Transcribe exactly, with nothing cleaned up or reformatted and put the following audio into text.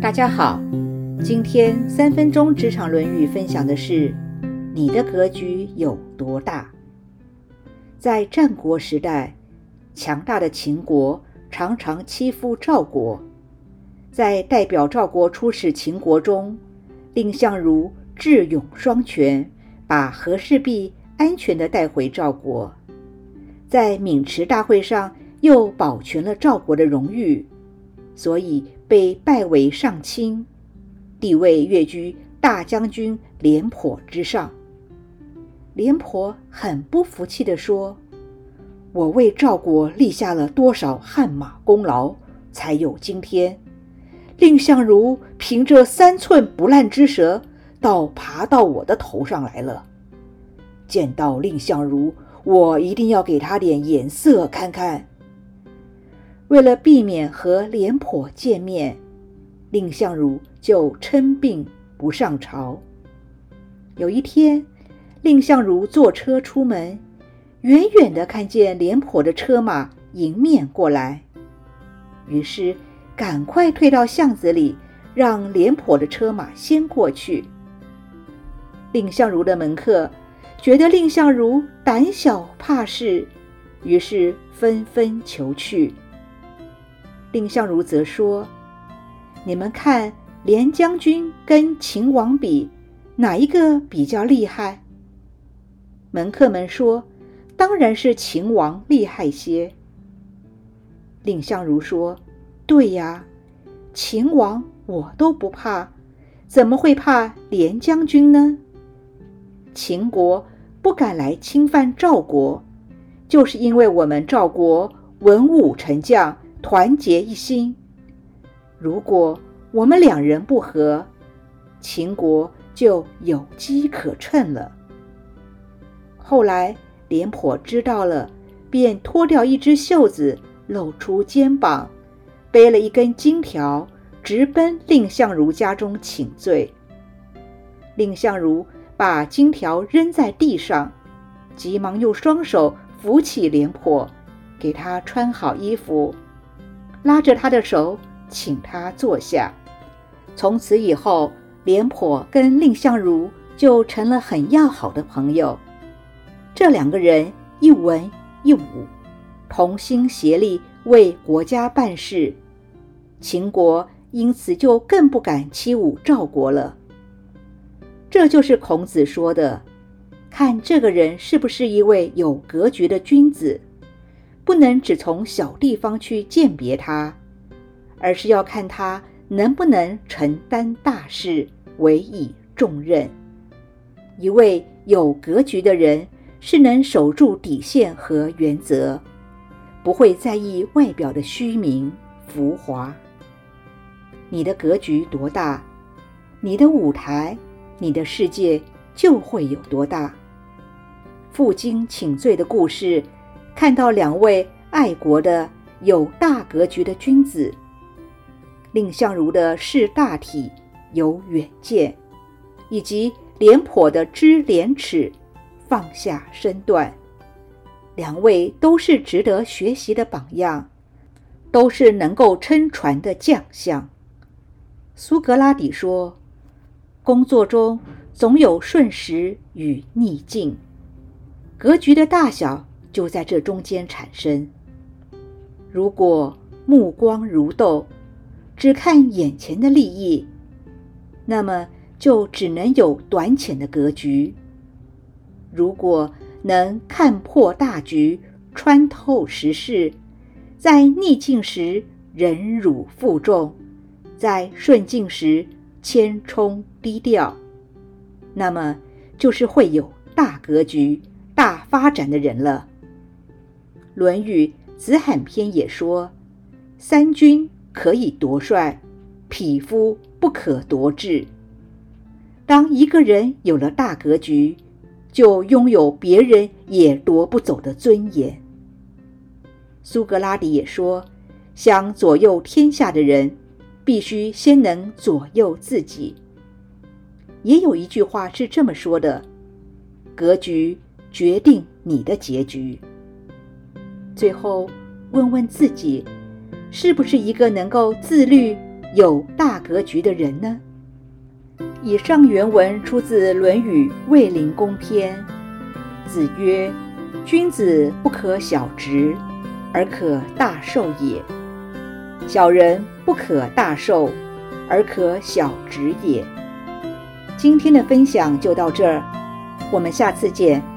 大家好，今天三分钟职场论语分享的是你的格局有多大。在战国时代，强大的秦国常常欺负赵国。在代表赵国出使秦国中，蔺相如智勇双全，把和氏璧安全地带回赵国。在渑池大会上又保全了赵国的荣誉，所以被拜为上卿，地位跃居大将军廉颇之上。廉颇很不服气地说，我为赵国立下了多少汗马功劳，才有今天。蔺相如凭着三寸不烂之舌，倒爬到我的头上来了。见到蔺相如，我一定要给他点颜色看看。为了避免和廉颇见面，蔺相如就称病不上朝。有一天，蔺相如坐车出门，远远地看见廉颇的车马迎面过来，于是赶快退到巷子里，让廉颇的车马先过去。蔺相如的门客觉得蔺相如胆小怕事，于是纷纷求去。蔺相如则说，你们看廉将军跟秦王比，哪一个比较厉害？门客们说，当然是秦王厉害些。蔺相如说，对呀，秦王我都不怕，怎么会怕廉将军呢？秦国不敢来侵犯赵国，就是因为我们赵国文武臣将团结一心。如果我们两人不和，秦国就有机可乘了。后来廉颇知道了，便脱掉一只袖子，露出肩膀，背了一根金条，直奔蔺相如家中请罪。蔺相如把金条扔在地上，急忙用双手扶起廉颇，给他穿好衣服，拉着他的手请他坐下。从此以后，廉颇跟蔺相如就成了很要好的朋友。这两个人一文一武，同心协力为国家办事，秦国因此就更不敢欺侮赵国了。这就是孔子说的，看这个人是不是一位有格局的君子，不能只从小地方去鉴别他，而是要看他能不能承担大事，委以重任。一位有格局的人是能守住底线和原则，不会在意外表的虚名浮华。你的格局多大，你的舞台，你的世界就会有多大。负荆请罪的故事，看到两位爱国的有大格局的君子，蔺相如的识大体有远见，以及廉颇的知廉耻放下身段，两位都是值得学习的榜样，都是能够撑船的将相。苏格拉底说，工作中总有顺时与逆境，格局的大小就在这中间产生。如果目光如豆，只看眼前的利益，那么就只能有短浅的格局。如果能看破大局，穿透时事，在逆境时忍辱负重，在顺境时谦冲低调，那么就是会有大格局、大发展的人了。论语子罕篇也说，三军可以夺帅，匹夫不可夺志。当一个人有了大格局，就拥有别人也夺不走的尊严。苏格拉底也说，想左右天下的人，必须先能左右自己。也有一句话是这么说的，格局决定你的结局。最后问问自己，是不是一个能够自律、 有大格局的人呢？以上原文出自《论语·卫灵公篇》。子曰：君子不可小直，而可大受也；小人不可大受，而可小直也。今天的分享就到这儿，我们下次见。